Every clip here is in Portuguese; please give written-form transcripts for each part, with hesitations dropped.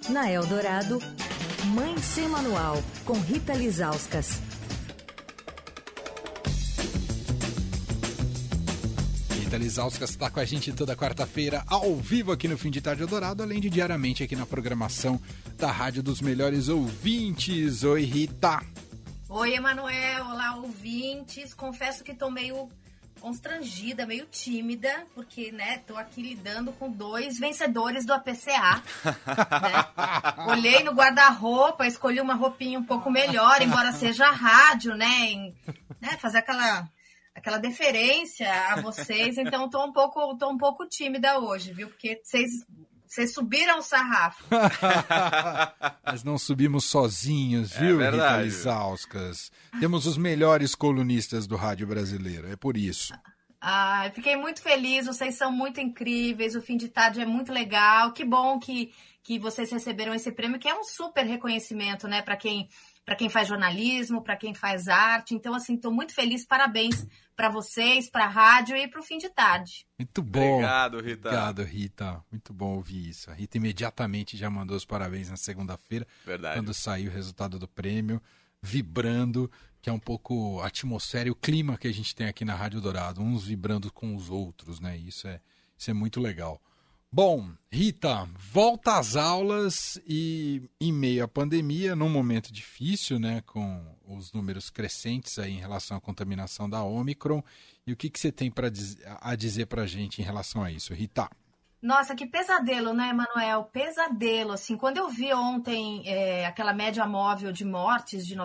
Na Eldorado, Mãe Sem Manual, com Rita Lizauskas. Rita Lizauskas está com a gente toda quarta-feira, ao vivo aqui no Fim de Tarde Eldorado, além de diariamente aqui na programação da Rádio dos Melhores Ouvintes. Oi, Rita. Oi, Emanuel. Olá, ouvintes. Confesso que estou meio constrangida, meio tímida, porque, né, tô aqui lidando com 2 vencedores do APCA, né? Olhei no guarda-roupa, escolhi uma roupinha um pouco melhor, embora seja rádio, né, fazer aquela deferência a vocês, então tô um pouco tímida hoje, viu, porque vocês subiram o sarrafo. Nós não subimos sozinhos, viu, Rita Lizauskas? Temos os melhores colunistas do rádio brasileiro, é por isso. Ah, fiquei muito feliz, vocês são muito incríveis, o Fim de Tarde é muito legal, que bom que vocês receberam esse prêmio, que é um super reconhecimento, né, para quem faz jornalismo, para quem faz arte. Então, assim, estou muito feliz, parabéns para vocês, para a rádio e para o Fim de Tarde. Muito bom. Obrigado, Rita. Obrigado, Rita. Muito bom ouvir isso. A Rita imediatamente já mandou os parabéns na segunda-feira, quando saiu o resultado do prêmio, vibrando, que é um pouco a atmosfera e o clima que a gente tem aqui na Rádio Dourado, uns vibrando com os outros, né? Isso é muito legal. Bom, Rita, volta às aulas e em meio à pandemia, num momento difícil, né, com os números crescentes aí em relação à contaminação da Ômicron. E o que você tem a dizer para a gente em relação a isso, Rita? Nossa, que pesadelo, né, Manuel? Pesadelo, assim, quando eu vi ontem aquela média móvel de mortes de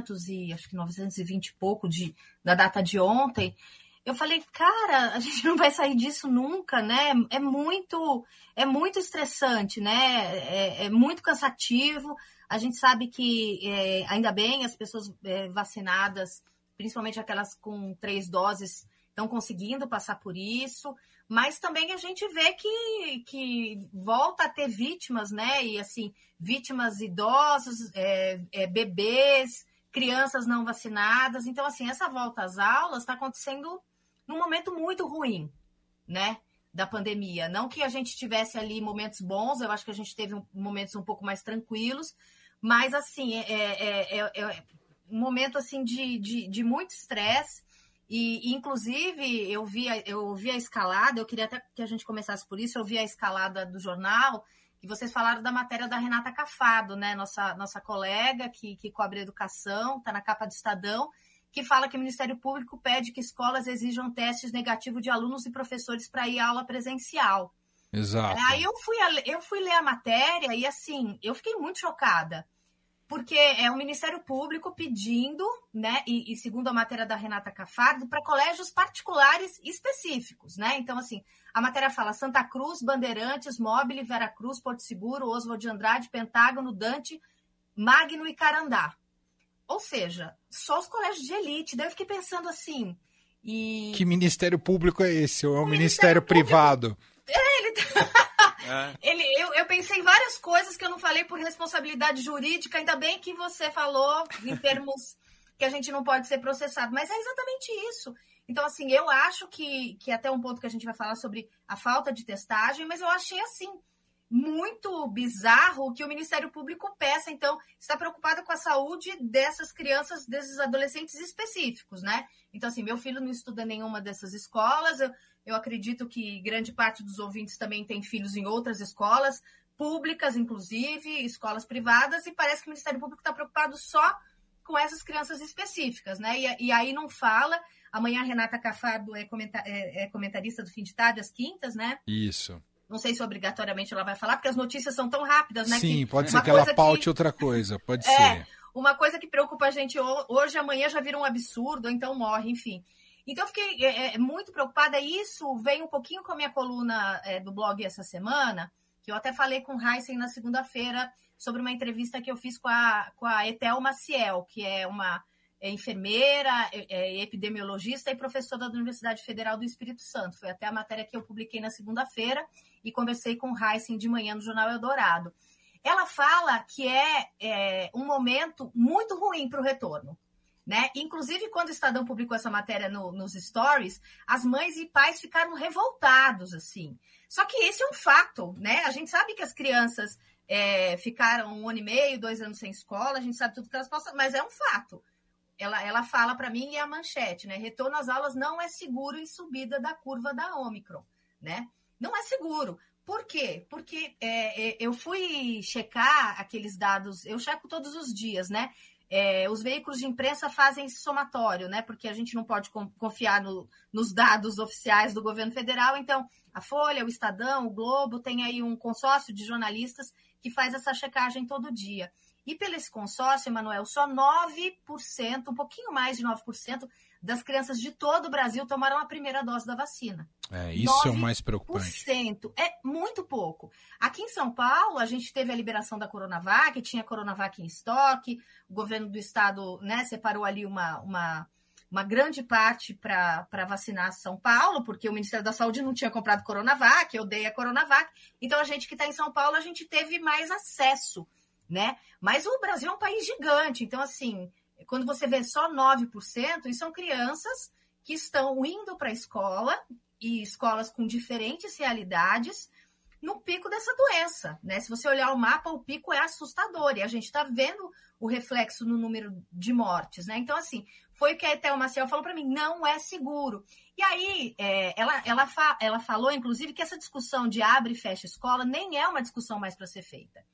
920 e pouco da data de ontem, eu falei, cara, a gente não vai sair disso nunca, né? É muito estressante, né? É muito cansativo. A gente sabe que, ainda bem, as pessoas vacinadas, principalmente aquelas com 3 doses, estão conseguindo passar por isso. Mas também a gente vê que volta a ter vítimas, né? E, assim, vítimas idosos, bebês, crianças não vacinadas. Então, assim, essa volta às aulas está acontecendo num momento muito ruim, né, da pandemia. Não que a gente tivesse ali momentos bons, eu acho que a gente teve momentos um pouco mais tranquilos, mas, assim, é um momento, assim, de muito estresse. E, inclusive, eu vi a escalada, eu queria até que a gente começasse por isso, eu vi a escalada do jornal, e vocês falaram da matéria da Renata Cafado, né, nossa colega que cobre educação, está na capa do Estadão, que fala que o Ministério Público pede que escolas exijam testes negativos de alunos e professores para ir à aula presencial. Exato. Aí eu fui ler a matéria e, assim, eu fiquei muito chocada, porque é o Ministério Público pedindo, né, e segundo a matéria da Renata Cafado, para colégios particulares específicos, né? Então, assim, a matéria fala Santa Cruz, Bandeirantes, Mobile, Veracruz, Porto Seguro, Oswald de Andrade, Pentágono, Dante, Magno e Carandá. Ou seja, só os colégios de elite. Daí eu fiquei pensando assim... Que Ministério Público é esse? Ou é um Ministério Privado? Eu pensei em várias coisas que eu não falei por responsabilidade jurídica. Ainda bem que você falou em termos que a gente não pode ser processado. Mas é exatamente isso. Então, assim, eu acho que até um ponto que a gente vai falar sobre a falta de testagem, mas eu achei, assim, muito bizarro que o Ministério Público peça, então, está preocupado com a saúde dessas crianças, desses adolescentes específicos, né? Então, assim, meu filho não estuda em nenhuma dessas escolas, eu acredito que grande parte dos ouvintes também tem filhos em outras escolas, públicas, inclusive, escolas privadas, e parece que o Ministério Público está preocupado só com essas crianças específicas, né? E aí não fala... Amanhã a Renata Cafado é comentarista do Fim de Tarde, às quintas, né? Isso. Não sei se obrigatoriamente ela vai falar, porque as notícias são tão rápidas, né? Sim, pode ser que ela paute outra coisa, pode ser. Uma coisa que preocupa a gente hoje, amanhã já vira um absurdo, ou então morre, enfim. Então, eu fiquei muito preocupada. Isso vem um pouquinho com a minha coluna do blog essa semana, que eu até falei com o Heisen na segunda-feira, sobre uma entrevista que eu fiz com a Etel Maciel, que é uma enfermeira, epidemiologista e professora da Universidade Federal do Espírito Santo. Foi até a matéria que eu publiquei na segunda-feira e conversei com o Heisen de manhã no Jornal Eldorado. Ela fala que é um momento muito ruim para o retorno. né? Inclusive, quando o Estadão publicou essa matéria nos stories, as mães e pais ficaram revoltados, assim. Só que esse é um fato, né? A gente sabe que as crianças ficaram 1 ano e meio, 2 anos sem escola, a gente sabe tudo que elas passam, mas é um fato. Ela fala para mim, e a manchete, né? Retorno às aulas não é seguro em subida da curva da Ômicron, né? Não é seguro. Por quê? Porque eu fui checar aqueles dados, eu checo todos os dias, né? Os veículos de imprensa fazem esse somatório, né? Porque a gente não pode confiar nos dados oficiais do governo federal. Então, a Folha, o Estadão, o Globo, tem aí um consórcio de jornalistas que faz essa checagem todo dia. E pelo esse consórcio, Emanuel, só 9%, um pouquinho mais de 9%, das crianças de todo o Brasil tomaram a primeira dose da vacina. Isso é o mais preocupante. É muito pouco. Aqui em São Paulo, a gente teve a liberação da Coronavac, tinha Coronavac em estoque, o governo do estado, né, separou ali uma grande parte para vacinar São Paulo, porque o Ministério da Saúde não tinha comprado Coronavac, eu dei a Coronavac, então a gente que está em São Paulo, a gente teve mais acesso, né? Mas o Brasil é um país gigante, então assim, quando você vê só 9%, isso são crianças que estão indo para a escola, e escolas com diferentes realidades, no pico dessa doença, né? Se você olhar o mapa, o pico é assustador, e a gente está vendo o reflexo no número de mortes, né? Então, assim, foi o que a Thelma Maciel falou para mim, não é seguro. E aí, ela falou, inclusive, que essa discussão de abre e fecha escola nem é uma discussão mais para ser feita.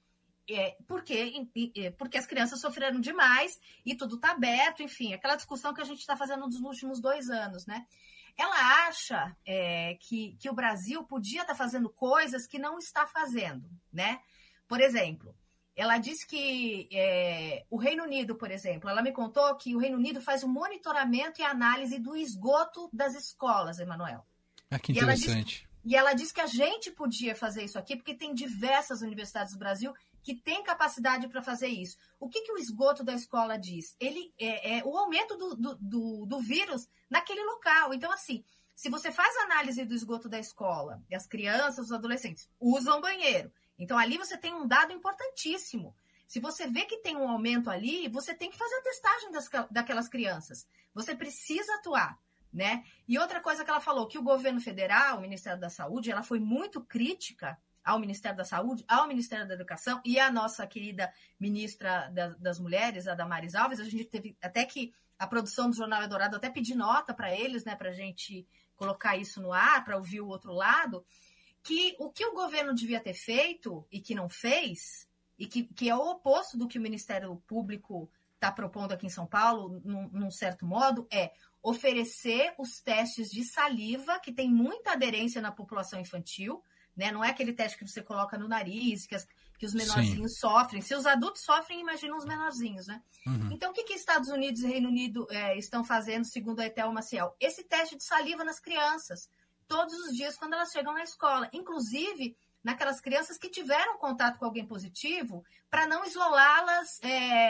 Porque as crianças sofreram demais e tudo está aberto, enfim, aquela discussão que a gente está fazendo nos últimos 2 anos, né? Ela acha que o Brasil podia estar fazendo coisas que não está fazendo, né? Por exemplo, ela disse que o Reino Unido, por exemplo, ela me contou que o Reino Unido faz o monitoramento e análise do esgoto das escolas, Emanuel. Que interessante. E ela disse que a gente podia fazer isso aqui, porque tem diversas universidades do Brasil que têm capacidade para fazer isso. O que o esgoto da escola diz? Ele é o aumento do vírus naquele local. Então, assim, se você faz análise do esgoto da escola, e as crianças, os adolescentes usam banheiro, então ali você tem um dado importantíssimo. Se você vê que tem um aumento ali, você tem que fazer a testagem daquelas crianças. Você precisa atuar, né? E outra coisa que ela falou, que o governo federal, o Ministério da Saúde, ela foi muito crítica ao Ministério da Saúde, ao Ministério da Educação e à nossa querida ministra das Mulheres, a Damares Alves. A gente teve até que a produção do Jornal Eldorado até pedir nota para eles, né, para a gente colocar isso no ar, para ouvir o outro lado, que o que o governo devia ter feito e que não fez, e que é o oposto do que o Ministério Público está propondo aqui em São Paulo, num certo modo, é oferecer os testes de saliva, que tem muita aderência na população infantil, né? Não é aquele teste que você coloca no nariz, que os menorzinhos sofrem. Se os adultos sofrem, imagina os menorzinhos, né? Uhum. Então, o que Estados Unidos e Reino Unido estão fazendo, segundo a Thelma Maciel? Esse teste de saliva nas crianças, todos os dias quando elas chegam na escola. Inclusive, naquelas crianças que tiveram contato com alguém positivo, para não isolá-las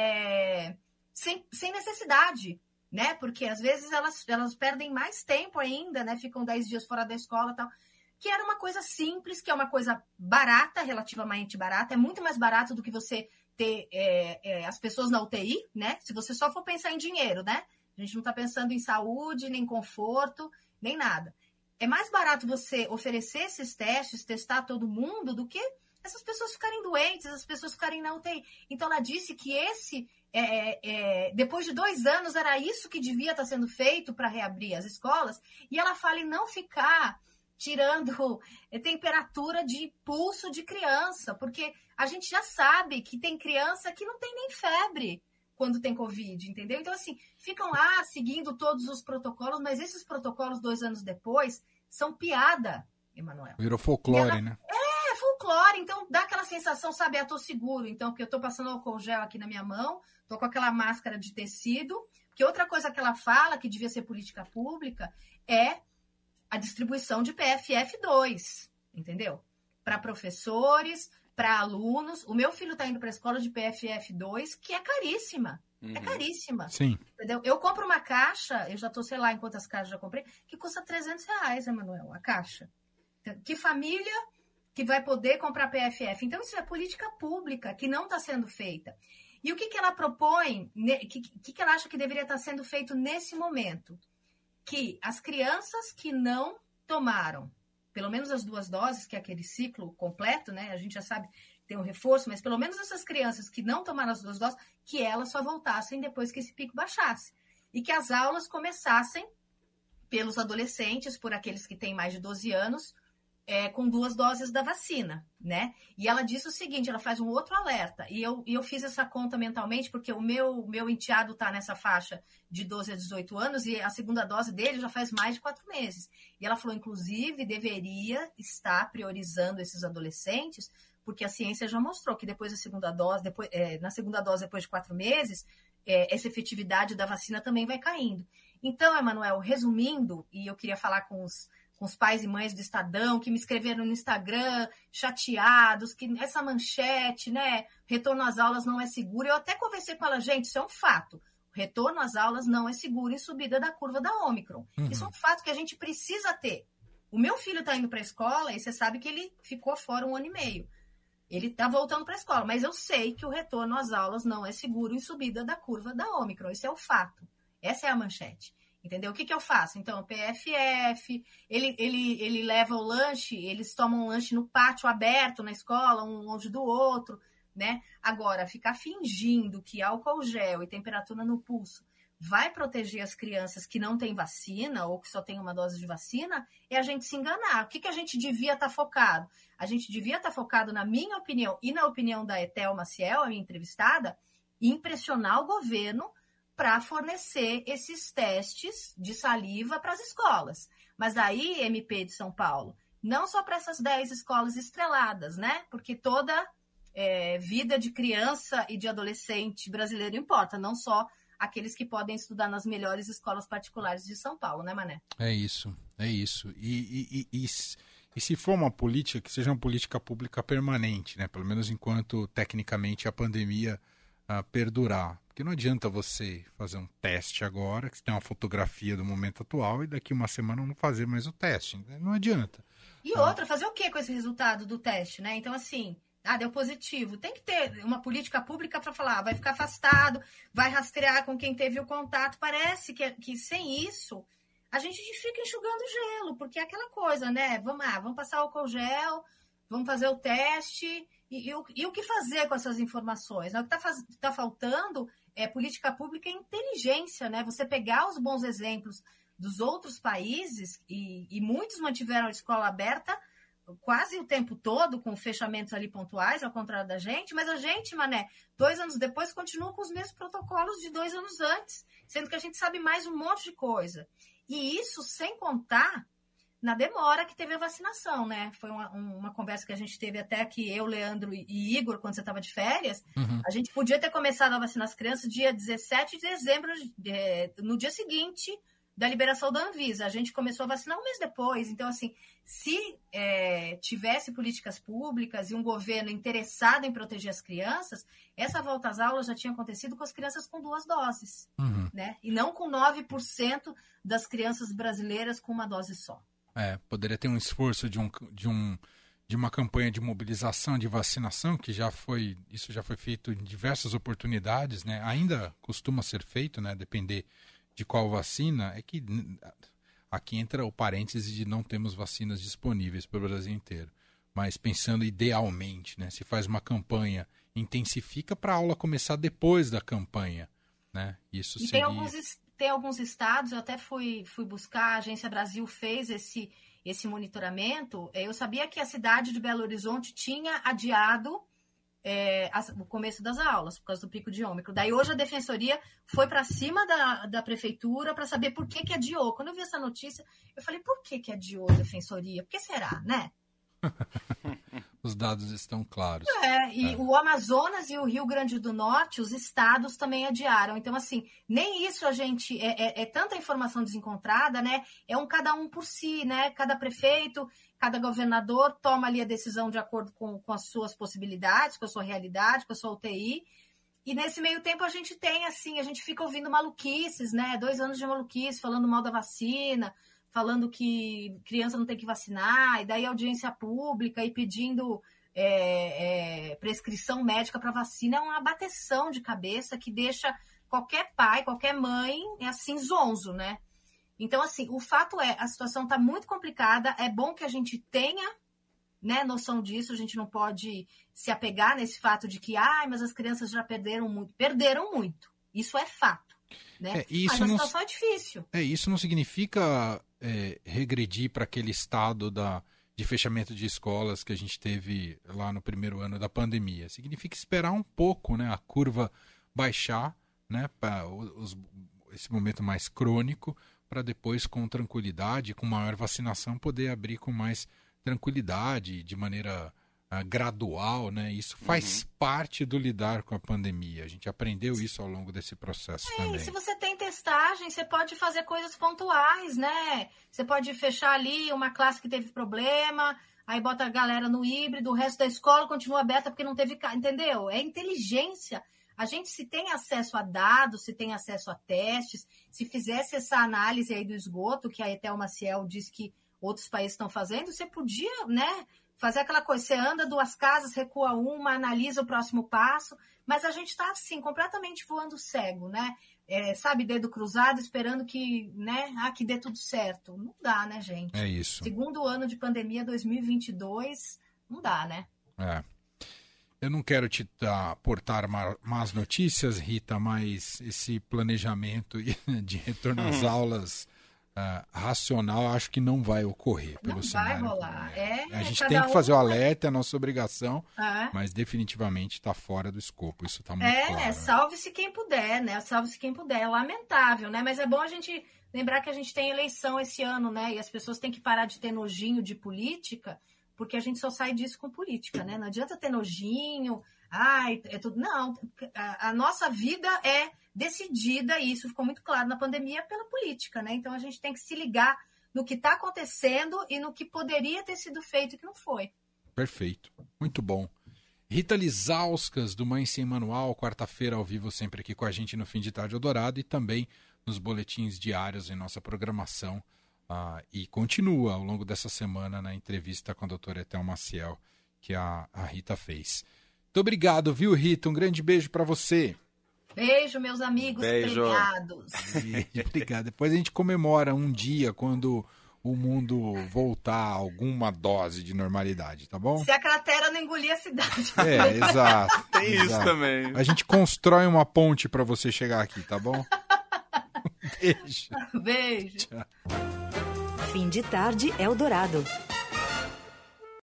sem necessidade, né? Porque, às vezes, elas perdem mais tempo ainda, né? Ficam 10 dias fora da escola e tal. Que era uma coisa simples, que é uma coisa barata, relativamente barata, é muito mais barato do que você ter as pessoas na UTI, né? Se você só for pensar em dinheiro, né? A gente não está pensando em saúde, nem conforto, nem nada. É mais barato você oferecer esses testes, testar todo mundo, do que essas pessoas ficarem doentes, as pessoas ficarem na UTI. Então, ela disse que depois de 2 anos, era isso que devia estar sendo feito para reabrir as escolas, e ela fala em não ficar tirando temperatura de pulso de criança, porque a gente já sabe que tem criança que não tem nem febre quando tem Covid, entendeu? Então, assim, ficam lá seguindo todos os protocolos, mas esses protocolos 2 anos depois são piada, Emanuel. Virou folclore, né? É folclore, então dá aquela sensação, sabe, eu tô seguro, então, porque eu tô passando álcool gel aqui na minha mão, tô com aquela máscara de tecido, porque outra coisa que ela fala, que devia ser política pública, é a distribuição de PFF2, entendeu? Para professores, para alunos. O meu filho está indo para a escola de PFF2, que é caríssima. Uhum. É caríssima. Sim. Entendeu? Eu compro uma caixa, eu já estou, sei lá, em quantas caixas já comprei, que custa R$300, Emanuel, a caixa. Então, que família que vai poder comprar PFF? Então, isso é política pública que não está sendo feita. E o que ela propõe, o que ela acha que deveria estar sendo feito nesse momento? Que as crianças que não tomaram, pelo menos as 2 doses, que é aquele ciclo completo, né? A gente já sabe que tem um reforço, mas pelo menos essas crianças que não tomaram as 2 doses, que elas só voltassem depois que esse pico baixasse. E que as aulas começassem pelos adolescentes, por aqueles que têm mais de 12 anos, com 2 doses da vacina, né? E ela diz o seguinte, ela faz um outro alerta, e eu fiz essa conta mentalmente, porque o meu enteado está nessa faixa de 12 a 18 anos, e a segunda dose dele já faz mais de 4 meses. E ela falou, inclusive, deveria estar priorizando esses adolescentes, porque a ciência já mostrou que depois da segunda dose, na segunda dose, depois de 4 meses, essa efetividade da vacina também vai caindo. Então, Emanuel, resumindo, e eu queria falar com os pais e mães do Estadão, que me escreveram no Instagram, chateados, que essa manchete, né, retorno às aulas não é seguro. Eu até conversei com ela, gente, isso é um fato. O retorno às aulas não é seguro em subida da curva da Ômicron. Isso é um fato que a gente precisa ter. O meu filho está indo para a escola e você sabe que ele ficou fora 1 ano e meio. Ele está voltando para a escola, mas eu sei que o retorno às aulas não é seguro em subida da curva da Ômicron. Isso é o fato. Essa é a manchete. Entendeu? O que eu faço? Então, o PFF, ele leva o lanche, eles tomam um lanche no pátio aberto na escola, um longe do outro, né? Agora, ficar fingindo que álcool gel e temperatura no pulso vai proteger as crianças que não têm vacina ou que só têm uma dose de vacina, é a gente se enganar. O que a gente devia estar focado? A gente devia estar focado, na minha opinião, e na opinião da Etel Maciel, a minha entrevistada, em pressionar o governo para fornecer esses testes de saliva para as escolas. Mas aí, MP de São Paulo, não só para essas 10 escolas estreladas, né? Porque toda vida de criança e de adolescente brasileiro importa, não só aqueles que podem estudar nas melhores escolas particulares de São Paulo, né, Mané? É isso. E se for uma política, que seja uma política pública permanente, né? Pelo menos enquanto, tecnicamente, a pandemia perdurar. Porque não adianta você fazer um teste agora, que você tem uma fotografia do momento atual, e daqui 1 semana não fazer mais o teste. Não adianta. E outra, fazer o que com esse resultado do teste, né? Então, assim, deu positivo. Tem que ter uma política pública para falar, vai ficar afastado, vai rastrear com quem teve o contato. Parece que sem isso, a gente fica enxugando gelo, porque é aquela coisa, né? Vamos passar álcool gel, vamos fazer o teste. E o que fazer com essas informações? O que está faltando é política pública e inteligência, né? Você pegar os bons exemplos dos outros países, e muitos mantiveram a escola aberta quase o tempo todo, com fechamentos ali pontuais, ao contrário da gente, mas a gente, Mané, 2 anos depois, continua com os mesmos protocolos de 2 anos antes, sendo que a gente sabe mais um monte de coisa. E isso sem contar na demora que teve a vacinação, né? Foi uma conversa que a gente teve até que eu, Leandro e Igor, quando você estava de férias, a gente podia ter começado a vacinar as crianças dia 17 de dezembro, no dia seguinte da liberação da Anvisa. A gente começou a vacinar 1 mês depois. Então, assim, se tivesse políticas públicas e um governo interessado em proteger as crianças, essa volta às aulas já tinha acontecido com as crianças com 2 doses, né? E não com 9% das crianças brasileiras com 1 dose só. Poderia ter um esforço de uma campanha de mobilização, de vacinação, que isso já foi feito em diversas oportunidades, né? Ainda costuma ser feito, né? Depender de qual vacina, é que aqui entra o parêntese de não temos vacinas disponíveis para o Brasil inteiro. Mas pensando idealmente, né? Se faz uma campanha, intensifica para a aula começar depois da campanha, né? Isso seria... Tem alguns estados, eu até fui buscar, a Agência Brasil fez esse monitoramento. Eu sabia que a cidade de Belo Horizonte tinha adiado o começo das aulas, por causa do pico de Ômicron. Daí hoje a Defensoria foi para cima da prefeitura para saber por que adiou. Quando eu vi essa notícia, eu falei, por que adiou a Defensoria? Por que será, né? Os dados estão claros. O Amazonas e o Rio Grande do Norte, os estados também adiaram. Então, assim, nem isso a gente... É tanta informação desencontrada, né? É cada um por si, né? Cada prefeito, cada governador toma ali a decisão de acordo com as suas possibilidades, com a sua realidade, com a sua UTI. E nesse meio tempo a gente tem, assim, a gente fica ouvindo maluquices, né? 2 anos de maluquice, falando mal da vacina, falando que criança não tem que vacinar, e daí audiência pública e pedindo prescrição médica para vacina é uma bateção de cabeça que deixa qualquer pai, qualquer mãe, assim, zonzo, né? Então, assim, o fato a situação está muito complicada, é bom que a gente tenha, né, noção disso, a gente não pode se apegar nesse fato de que, mas as crianças já perderam muito, isso é fato, né? Mas a situação é difícil. Isso não significa regredir para aquele estado de fechamento de escolas que a gente teve lá no primeiro ano da pandemia, significa esperar um pouco, né, a curva baixar, né, para esse momento mais crônico, para depois, com tranquilidade, com maior vacinação, poder abrir com mais tranquilidade, de maneira gradual, né? Isso faz parte do lidar com a pandemia. A gente aprendeu isso ao longo desse processo também. E se você tem testagem, você pode fazer coisas pontuais, né? Você pode fechar ali uma classe que teve problema, aí bota a galera no híbrido, o resto da escola continua aberta porque não teve... Entendeu? É inteligência. A gente, se tem acesso a dados, se tem acesso a testes, se fizesse essa análise aí do esgoto, que a Etel Maciel diz que outros países estão fazendo, você podia, né, fazer aquela coisa, você anda 2 casas, recua uma, analisa o próximo passo, mas a gente está, assim, completamente voando cego, né? Sabe, dedo cruzado, esperando que, né, que dê tudo certo. Não dá, né, gente? É isso. Segundo ano de pandemia, 2022, não dá, né? Eu não quero te aportar más notícias, Rita, mas esse planejamento de retorno às aulas racional, acho que não vai ocorrer pelo cenário. Não vai rolar. A gente tem que fazer o alerta, é a nossa obrigação, mas definitivamente está fora do escopo. Isso está muito claro. Salve-se quem puder, né? Salve-se quem puder. É lamentável, né? Mas é bom a gente lembrar que a gente tem eleição esse ano, né? E as pessoas têm que parar de ter nojinho de política, porque a gente só sai disso com política, né? Não adianta ter nojinho, é tudo. Não, a nossa vida é decidida, e isso ficou muito claro na pandemia, pela política, né? Então a gente tem que se ligar no que está acontecendo e no que poderia ter sido feito e que não foi. Perfeito, muito bom. Rita Lizauskas, do Mãe Sem Manual, quarta-feira ao vivo, sempre aqui com a gente no Fim de Tarde Eldorado e também nos boletins diários em nossa programação. E continua ao longo dessa semana na entrevista com a doutora Etel Maciel, que a Rita fez. Muito obrigado, viu, Rita? Um grande beijo para você. Beijo, meus amigos premiados. Obrigado. Depois a gente comemora um dia quando o mundo voltar a alguma dose de normalidade, tá bom? Se a cratera não engolir a cidade. Exato. Tem isso também. A gente constrói uma ponte para você chegar aqui, tá bom? Beijo. Tchau. Fim de Tarde Eldorado.